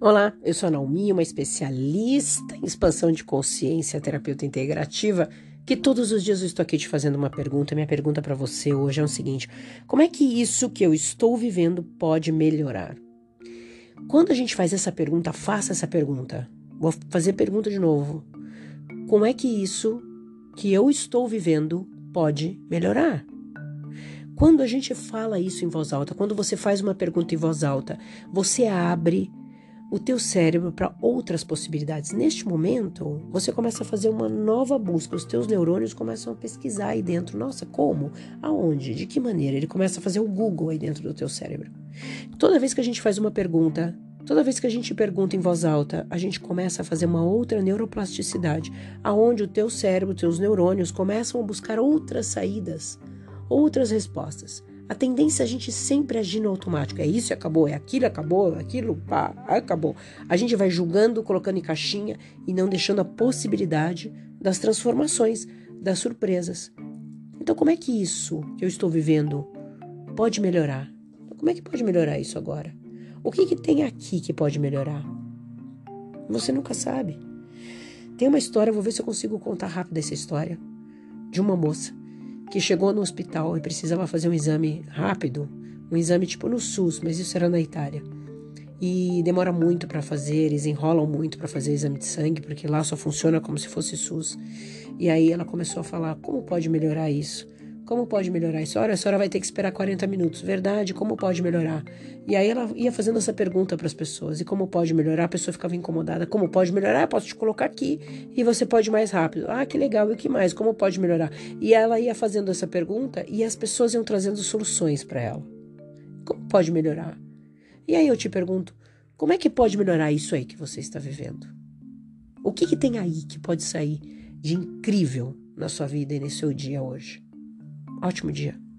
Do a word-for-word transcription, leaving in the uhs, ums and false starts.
Olá, eu sou a Naomi, uma especialista em expansão de consciência, terapeuta integrativa, que todos os dias eu estou aqui te fazendo uma pergunta. Minha pergunta para você hoje é o seguinte: como é que isso que eu estou vivendo pode melhorar? Quando a gente faz essa pergunta, faça essa pergunta. Vou fazer a pergunta de novo. Como é que isso que eu estou vivendo pode melhorar? Quando a gente fala isso em voz alta, quando você faz uma pergunta em voz alta, você abre o teu cérebro para outras possibilidades. Neste momento, você começa a fazer uma nova busca. Os teus neurônios começam a pesquisar aí dentro. Nossa, como? Aonde? De que maneira? Ele começa a fazer o Google aí dentro do teu cérebro. Toda vez que a gente faz uma pergunta, toda vez que a gente pergunta em voz alta, a gente começa a fazer uma outra neuroplasticidade, aonde o teu cérebro, teus neurônios começam a buscar outras saídas, outras respostas. A tendência é a gente sempre agir no automático. É isso e acabou, é aquilo, acabou, aquilo, pá, acabou. A gente vai julgando, colocando em caixinha e não deixando a possibilidade das transformações, das surpresas. Então, como é que isso que eu estou vivendo pode melhorar? Como é que pode melhorar isso agora? O que que tem aqui que pode melhorar? Você nunca sabe. Tem uma história, vou ver se eu consigo contar rápido essa história, de uma moça que chegou no hospital e precisava fazer um exame rápido, um exame tipo no SUS, mas isso era na Itália. E demora muito para fazer, eles enrolam muito para fazer exame de sangue, porque lá só funciona como se fosse SUS. E aí ela começou a falar: como pode melhorar isso? Como pode melhorar isso? Olha, a senhora vai ter que esperar quarenta minutos. Verdade, como pode melhorar? E aí ela ia fazendo essa pergunta para as pessoas. E como pode melhorar? A pessoa ficava incomodada. Como pode melhorar? Eu posso te colocar aqui e você pode ir mais rápido. Ah, que legal. E o que mais? Como pode melhorar? E ela ia fazendo essa pergunta e as pessoas iam trazendo soluções para ela. Como pode melhorar? E aí eu te pergunto, como é que pode melhorar isso aí que você está vivendo? O que que tem aí que pode sair de incrível na sua vida e no seu dia hoje? Ótimo dia.